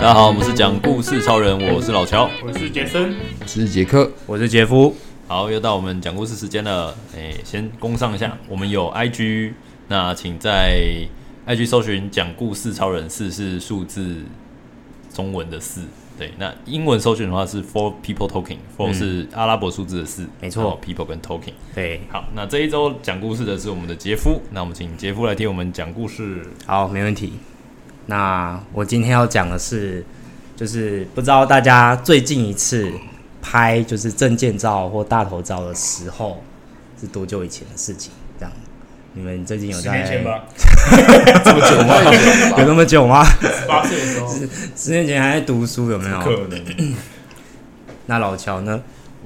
大家好，我们是讲故事超人，我是老乔， 我是杰森， 我是杰克， 我是杰夫。 好，又到我们讲故事时间了。先工商一下，我们有 IG， 那请在 IG 搜寻讲故事超人，4是数字中文的4。对，那英文搜寻的话是 For People Talking， 是阿拉伯数字的4， 没错 ，People 跟 Talking。 对， 好，那这一周讲故事的是我们的杰夫，那我们请杰夫来听我们讲故事。 好，没问题。那我今天要讲的是，就是不知道大家最近一次拍就是证件照或大头照的时候是多久以前的事情？这样，你们最近有在？10 年前吧。 这么久吗？ 有那么久吗 ？18岁的时候 ，10年前还在读书，有没有？ 可能。 那老乔呢？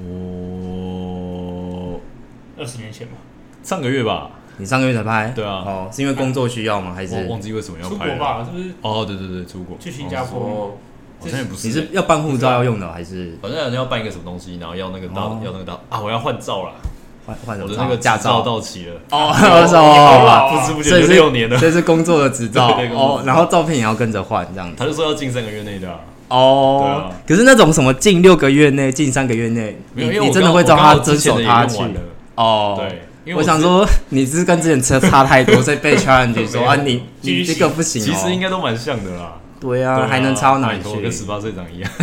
我 20年前吧。 上个月吧。 你上个月才拍？ 对啊。 哦，是因为工作需要吗？还是我忘记为什么要拍了？ 出国吧？是不是？ 哦，对对对，出国。 去新加坡。 好像也不是。 你是要办护照要用的，还是？ 好像好像要办一个什么东西，然后要那个到啊，我要换照啦。 换什么？ 我的那个驾照到期了。 哦， 不知不觉就6年了。 这是工作的执照哦，然后照片也要跟着换，这样子。 他就说要近3个月内的。 哦，对啊。可是那种什么近6个月内、近3个月内，你真的会照他遵守他去？哦，对。我想说你是跟之前差太多，所以被 challenge 说啊，你这个不行。 其实应该都蛮像的啦。 对啊，还能差到哪里去？ 跟18岁长一样。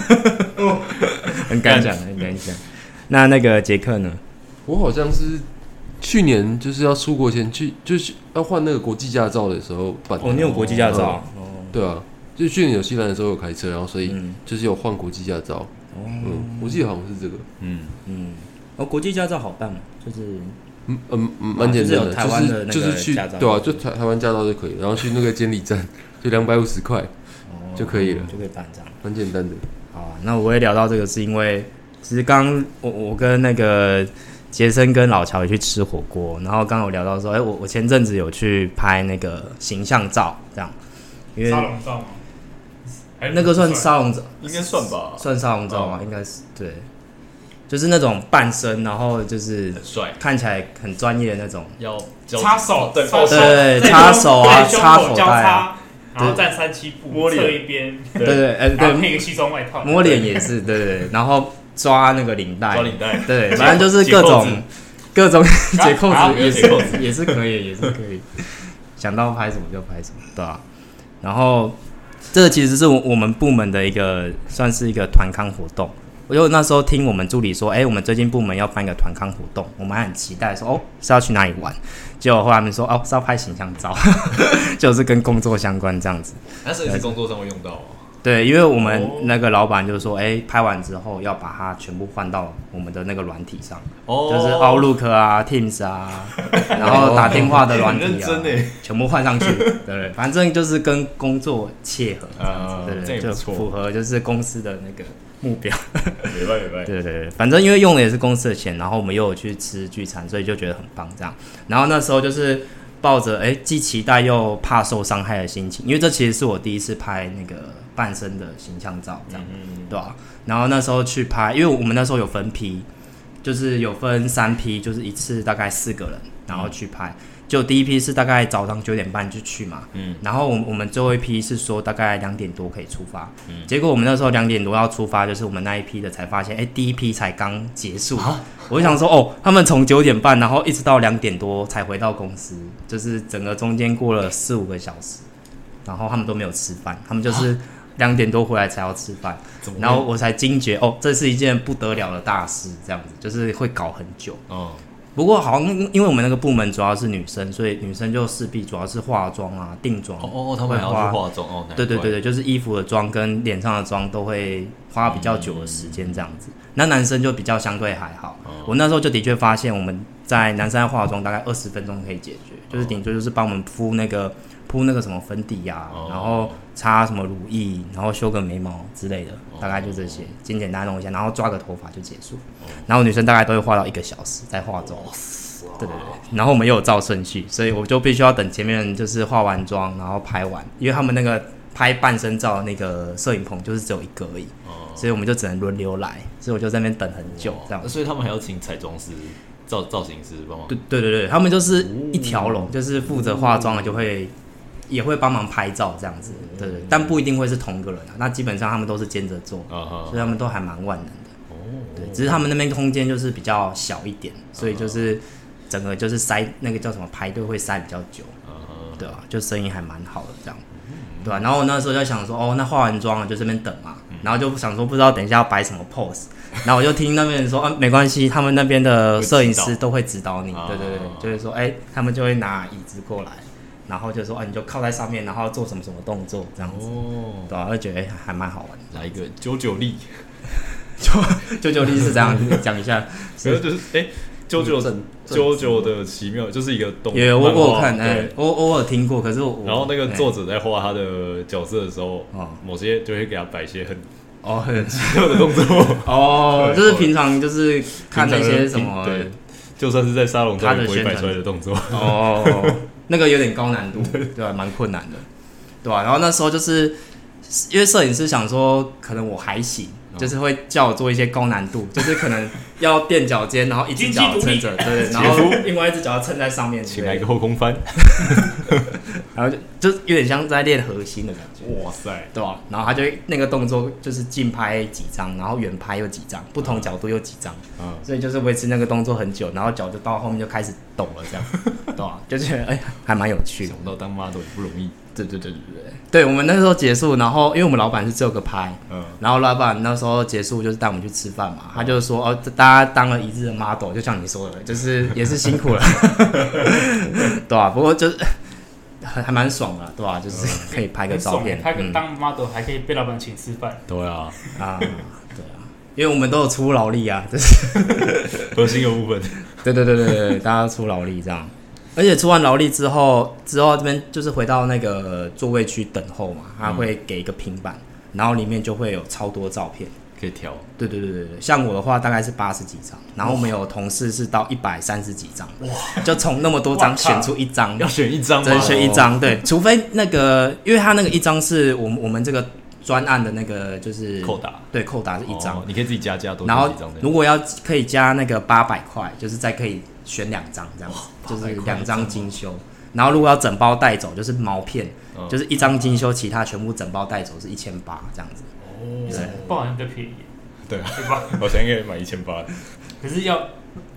很敢讲，很敢讲。那个杰克呢？ 我好像是去年就是要出国前去，就是要换那个国际驾照的时候办的。 哦，你有国际驾照？ 对啊，就是去年纽西兰的时候有开车，然后所以就是有换国际驾照。我记得好像是这个。 国际驾照好办吗？就是蛮简单的， 台湾的那个就是去对啊，就台湾驾照就可以，然后去那个监理站就250块就可以了， 就可以办这样， 蛮简单的。 好，那我会聊到这个是因为，其实刚我跟那个杰森跟老乔也去吃火锅，然后刚有聊到说，我前阵子有去拍那个形象照，这样，因为沙龙照吗？ 那个算沙龙照， 应该算吧， 算沙龙照吗？应该是对。就是那种半身，然后就是很帅， 看起来很专业的那种， 要插手， 对，插手啊，插口袋啊， 然后站3、7步，侧一边， 对， 然后配一个西装外套， 摸脸也是，对，然后抓那个领带，对，反正就是各种解扣子也是可以，想到拍什么就拍什么，对吧？然后这个其实是我们部门的一个算是一个团康活动。我就那时候听我们助理说，我们最近部门要办一个团康活动，我们还很期待说，是要去哪里玩？结果后来他们说，是要拍形象照，就是跟工作相关这样子。 但是也是工作上会用到哦。 对，因为我们那个老板就说，拍完之后要把它全部换到我们的那个软体上，就是 Outlook 啊、Teams 啊，然后打电话的软体啊，全部换上去。对，反正就是跟工作切合，对，就符合就是公司的那个目标。对，反正因为用的也是公司的钱，然后我们又有去吃聚餐，所以就觉得很棒这样。然后那时候就是抱着既期待又怕受伤害的心情，因为这其实是我第一次拍那个半身的形象照，这样，对吧？然后那时候去拍，因为我们那时候有分批，就是有分3批，就是一次大概4个人，然后去拍。就第一批是大概早上9点半就去嘛，然后我们最后一批是说大概2点多可以出发，结果我们那时候2点多要出发，就是我们那一批的才发现，第一批才刚结束，我就想说，他们从9点半然后一直到2点多才回到公司，就是整个中间过了4-5个小时，然后他们都没有吃饭，他们就是2点多回来才要吃饭，然后我才惊觉，这是一件不得了的大事，这样子就是会搞很久。不过好像因为我们那个部门主要是女生，所以女生就势必主要是化妆啊、定妆。 他们还要去化妆哦。 对，就是衣服的妆跟脸上的妆都会花比较久的时间这样子。那男生就比较相对还好。我那时候就的确发现，我们在男生在化妆大概20分钟可以解决，就是顶多就是帮我们铺那个什么粉底啊，然后擦什么乳液，然后修个眉毛之类的，大概就这些，简简单弄一下，然后抓个头发就结束。然后女生大概都会花到1个小时在化妆。对，然后我们又有照顺序，所以我就必须要等前面人就是化完妆，然后拍完，因为他们那个拍半身照那个摄影棚就是只有1个而已，所以我们就只能轮流来，所以我就在那边等很久这样。 所以他们还要请彩妆师、造型师帮忙。 对，他们就是一条龙，就是负责化妆的就会也会帮忙拍照这样子，对，但不一定会是同个人啊。那基本上他们都是兼着做，所以他们都还蛮万能的。对，只是他们那边空间就是比较小一点，所以就是整个就是塞那个叫什么排队会塞比较久，对吧？就生意还蛮好的这样，对吧？然后我那时候就想说，那化完妆了就这边等嘛，然后就想说不知道等一下要摆什么 pose。然后我就听那边人说，没关系，他们那边的摄影师都会指导你，对，就是说，他们就会拿椅子过来，然后就说，你就靠在上面，然后做什么什么动作这样子，对吧？就觉得还蛮好玩的。 来一个996力 ，996力是这样讲一下， 就是999的奇妙，就是一个动画。 我有看，我有听过，可是然后那个作者在画他的角色的时候，某些就会给他摆一些很奇特的动作就是平常就是看那些什么， 对，就算是在沙龙上也不会摆出来的动作那个有点高难度，对吧？蛮困难的，对吧？然后那时候就是因为摄影师想说，可能我还行。就是会叫我做一些高难度，就是可能要垫脚尖，然后一只脚撑着，对，然后另外一只脚要撑在上面， 请来一个后空翻， 然后就有点像在练核心的感觉。 哇塞， 对吧？然后他就那个动作就是近拍几张，然后远拍又几张，不同角度又几张，所以就是维持那个动作很久，然后脚就到后面就开始抖了，这样，对吧？就觉得还蛮有趣的。 想不到当 model 也不容易。 对，我们那时候结束，然后因为我们老板是只有个拍，然后老板那时候结束就是带我们去吃饭嘛，他就说大家当了一日的 model， 就像你说的，就是也是辛苦了，对吧？不过就是还蛮爽的，对吧？就是可以拍个照片， 拍个当 model 还可以被老板请吃饭， 对啊， 对啊，因为我们都有出劳力啊，就是核心的部分， 对，大家出劳力这样。而且出完劳力之后这边就是回到那个座位区等候嘛，他会给一个平板，然后里面就会有超多照片可以调。 对，像我的话大概是80几张，然后我们有同事是到130几张，就从那么多张选出一张， 要选一张吗？ 只能选一张，对，除非那个，因为他那个一张是我们这个专案的那个就是扣打， 对，扣打是一张， 你可以自己加多然后几张。 如果可以加那个800块，就是再可以选2张这样子，就是2张精修。然后如果要整包带走，就是毛片，就是1张精修，其他全部整包带走是1800这样子。 对，包好像比较便宜。 对吧？我想应该买1800， 可是要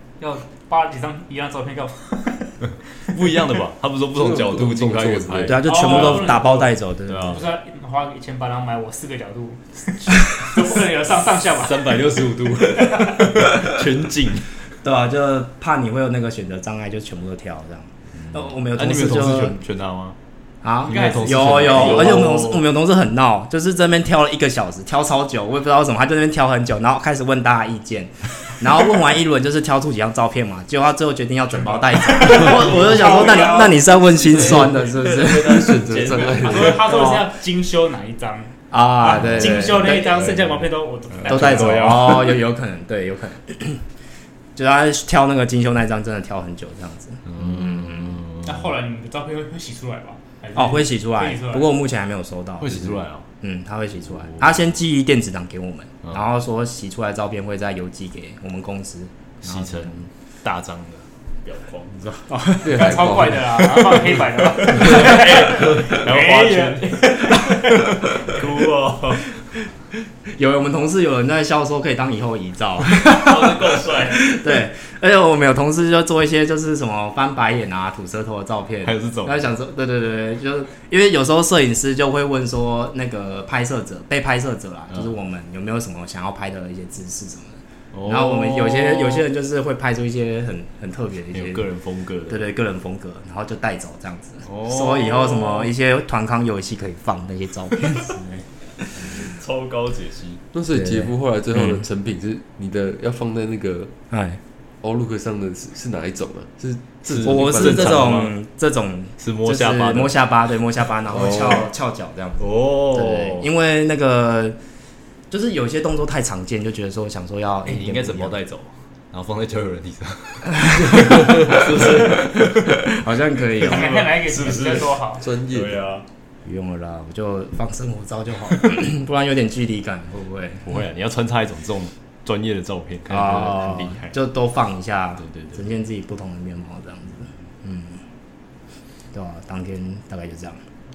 8几张一样照片干嘛？ 不一样的吧？他不是说不同角度近拍远拍？ 对啊，就全部都打包带走，对啊。 不是花1800，然后买我4个角度，就不可能有上下吧 ？365度全景， 对啊，就怕你会有那个选择障碍，就全部都挑这样。我们有同事就选他吗？ 啊，有，而且我们有同事很闹，就是这边挑了1个小时，挑超久，我也不知道为什么，他就在那边挑很久，然后开始问大家意见，然后问完一轮就是挑出几张照片嘛，结果他最后决定要整包带走，我就想说，那你是要问心酸的，是不是？ 选择障碍。 他说是要精修哪一张啊？对， 精修那一张，剩下毛片都带走哦，有可能，对，有可能，就他挑那个精修那一张，真的挑很久这样子。 那后来你们的照片会洗出来吧？ 会洗出来，不过我目前还没有收到。 会洗出来哦。 他会洗出来，他先寄电子档给我们，然后说洗出来照片会再邮寄给我们公司， 洗成大张的表框，你知道？超快的啦，放黑白的， 然后花圈，酷哦。 有我们同事有人在笑说可以当以后遗照， 够帅。 对，而且我们有同事就做一些就是什么翻白眼啊、吐舌头的照片， 还有这种。 他想说，对，就是因为有时候摄影师就会问说，那个被拍摄者啦，就是我们有没有什么想要拍的一些姿势什么的。然后我们有些人就是会拍出一些很特别的一些个人风格的， 对，个人风格，然后就带走这样子。说以后什么一些团康游戏可以放那些照片之类。 超高解析。 那所以杰夫后来最后的成品是你的要放在那个Outlook 上的是哪一种啊？ 我是这种是摸下巴， 摸下巴，对，摸下巴，然后翘脚这样子。对，因为那个就是有些动作太常见，就觉得说想说要你应该整包带走，然后放在交友软体上， 是不是？好像可以。 看哪一个是不是多好？ 专业。 对啊。 不用了啦，我就放生活照就好了，不然有点距离感，会不会？ 不会啊，你要穿插一种这种专业的照片，看起来很厉害， 就都放一下， 对， 呈现自己不同的面貌这样子，对吧？当天大概就这样。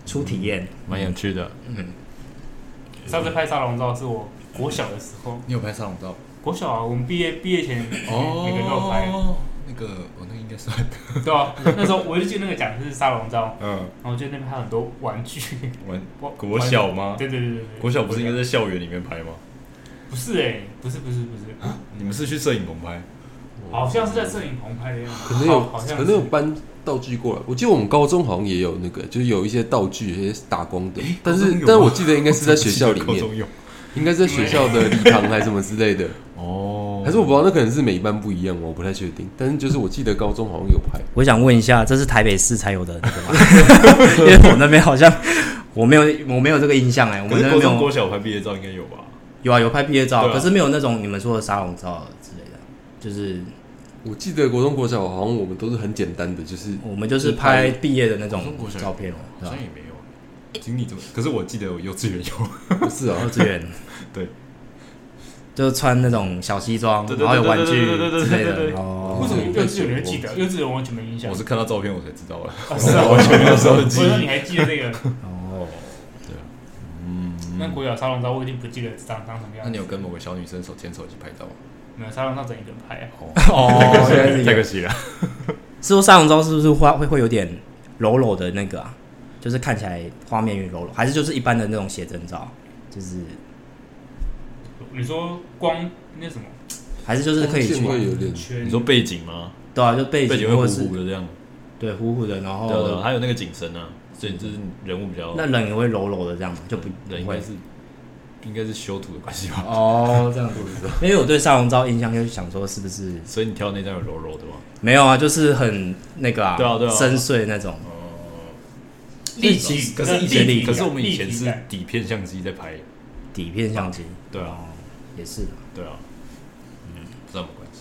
初体验， 蛮有趣的。 上次拍沙龙照是我国小的时候。 你有拍沙龙照？ 国小啊，我们毕业前每个都有拍。 那个那应该算对啊，那时候我就记得那个奖是沙龙照，然后我觉得那边还有很多玩具。 国小吗？ 对。 国小不是应该在校园里面拍吗？ 不是不是。 你们是去摄影棚拍？ 好像是在摄影棚拍的样子。 可能有搬道具过来。我记得我们高中好像也有那个，就是有一些道具，有些打光的。但是我记得应该是在学校里面，应该在学校的礼堂还是什么之类的。还是我不知道，那可能是每一班不一样，我不太确定。但是就是我记得高中好像有拍。 我想问一下，这是台北市才有的那个吗？因为我那边好像我没有这个印象我们那边没有。 国小拍毕业照应该有吧？ 有啊，有拍毕业照，可是没有那种你们说的沙龙照之类的。就是我记得国中国小好像我们都是很简单的，就是我们就是拍毕业的那种照片好像也没有。经历怎么？可是我记得我幼稚园有。 不是啊， 幼稚园对。 就穿那种小西装，然后有玩具之类的。 为什么幼稚园你会记得？幼稚园完全没印象。 我是看到照片我才知道了。 是啊， 完全没有时候记忆。 我说你还记得这个？ 对啊。 那国小沙龙照我已经不记得长什么样。 那你有跟某个小女生手牵手一起拍照吗？ 没有，沙龙照整一个人拍。 太可惜了。 是说沙龙照是不是会有点柔柔的那个啊？就是看起来画面柔柔，还是就是一般的那种写真照？就是你说光那什么？ 还是就是可以去会有点？ 你说背景吗？ 对啊，就背景会糊糊的这样。 对，糊糊的，然后对，还有那个景深啊，所以就是人物比较。 那人也会柔柔的这样，就不人应该是修图的关系吧？ 这样子。因为我对沙龙照印象就是想说是不是？ 所以你挑那张有柔柔的吗？ 没有啊，就是很那个对啊， 深邃那种。 立体， 可是我们以前是底片相机在拍。 底片相机。 对啊， 也是。 对啊。这没关系。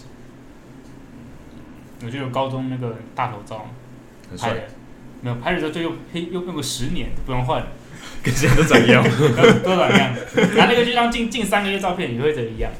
我记得高中那个大头照拍的，没有拍的时候就用个10年不用换， 跟现在都长一样， 都长一样。拿那个去当近3个月照片，也会一样。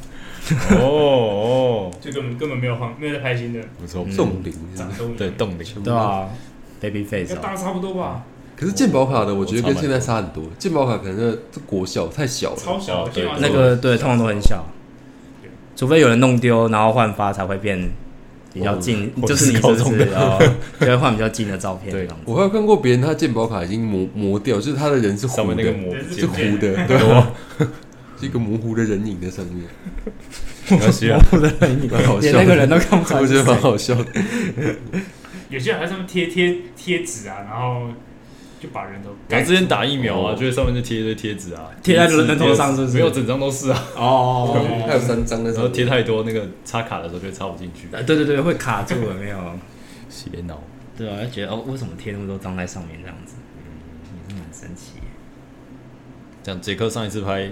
就根本没有换，没有在拍新的。 不错， 冻龄， 对冻龄， 对啊 ，baby face， 大差不多吧。 可是健保卡的，我觉得跟现在差很多。健保卡可能这国小太小了， 超小， 那个对，通常都很小，除非有人弄丢，然后换发才会变比较近，就是你是不是就会换比较近的照片。对， 我还有看过别人他健保卡已经磨掉，就是他的人是糊的，是糊的，对吧？是一个模糊的人影在上面。 模糊的人影，连那个人都看不出来， 我觉得蛮好笑的。 有些人还上面贴纸啊，然后就把人都。 我之前打疫苗啊，就在上面就贴一堆贴纸啊， 贴在人头上，是不是？ 没有，整张都是啊。 还有3张的， 然后贴太多，那个插卡的时候就插不进去。 对，会卡住了，没有？ 血脑。 对啊，觉得为什么贴那么多张在上面这样子？也是蛮神奇。 这样，杰克上一次拍，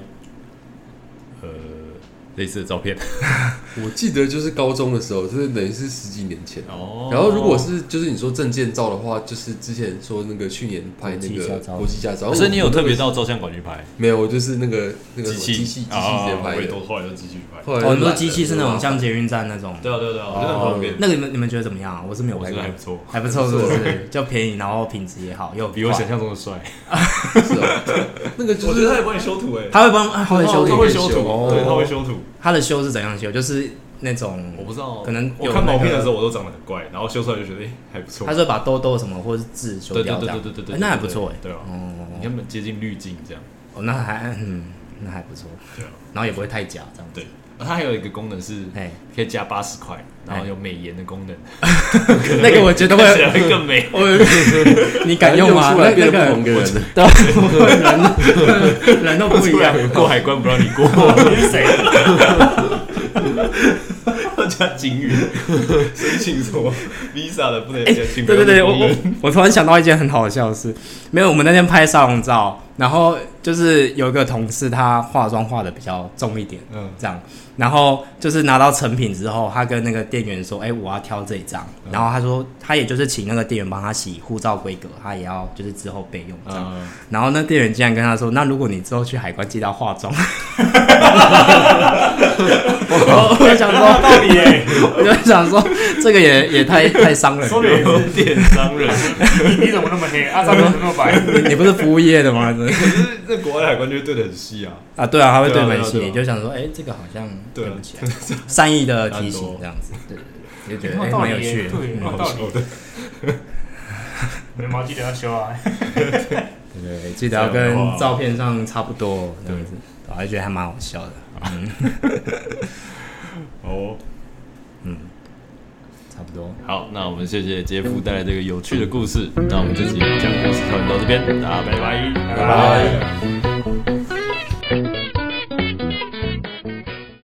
类似的照片， 我记得就是高中的时候，就是等于是10几年前。然后如果是就是你说证件照的话，就是之前说那个去年拍那个国际驾照， 所以你有特别到照相馆去拍？ 没有，我就是那个机器直接拍的。 后来都机器去拍。 很多机器是那种像捷运站那种。 对，我觉得很方便。 那个你们觉得怎么样啊？我是没有拍过，还不错，是不是？就便宜，然后品质也好，又比我想象中的帅。 是哦，那个我觉得他也帮你修图他会修图， 他会修图，对，他会修图。 他的修是怎样修？就是那种我不知道， 可能我看毛片的时候我都长得很怪，然后修出来就觉得还不错。 他是把痘痘什么或是痣修掉，对，那还不错对啊，你根本接近滤镜这样。 那还不错， 对啊， 然后也不会太假这样。 对，它还有一个功能是可以加80块，然后有美颜的功能。 那个我觉得会更美。 你敢用吗？那个人都不一样， 过海关不让你过。 你是谁？ 要加警语，申请什么 Visa 的不能加警语。 对，我突然想到一件很好笑的事，没有，我们那天拍沙龙照， 然后就是有一个同事，他化妆化的比较重一点，这样，然后就是拿到成品之后，他跟那个店员说：“我要挑这一张。”然后他说，他也就是请那个店员帮他洗护照规格，他也要就是之后备用这样。然后那店员竟然跟他说：“那如果你之后去海关记得要化妆。”我就想说道理我就想说这个也太伤人了， 说的也是点伤人。 你怎么那么黑啊？怎么那么白？ 你不是服务业的吗？ 可是那国外海关就会对得很细啊。 对啊，他会对很细，你就想说，这个好像对不起来，善意的提醒这样子，对，就觉得蛮有趣的， 对，有道理。眉毛记得要修啊。 对，记得要跟照片上差不多这样子，我还觉得还蛮好笑的。差不多。 好，那我们谢谢杰夫带来这个有趣的故事。那我们这集讲故事讨论到这边，大家拜拜， 拜拜。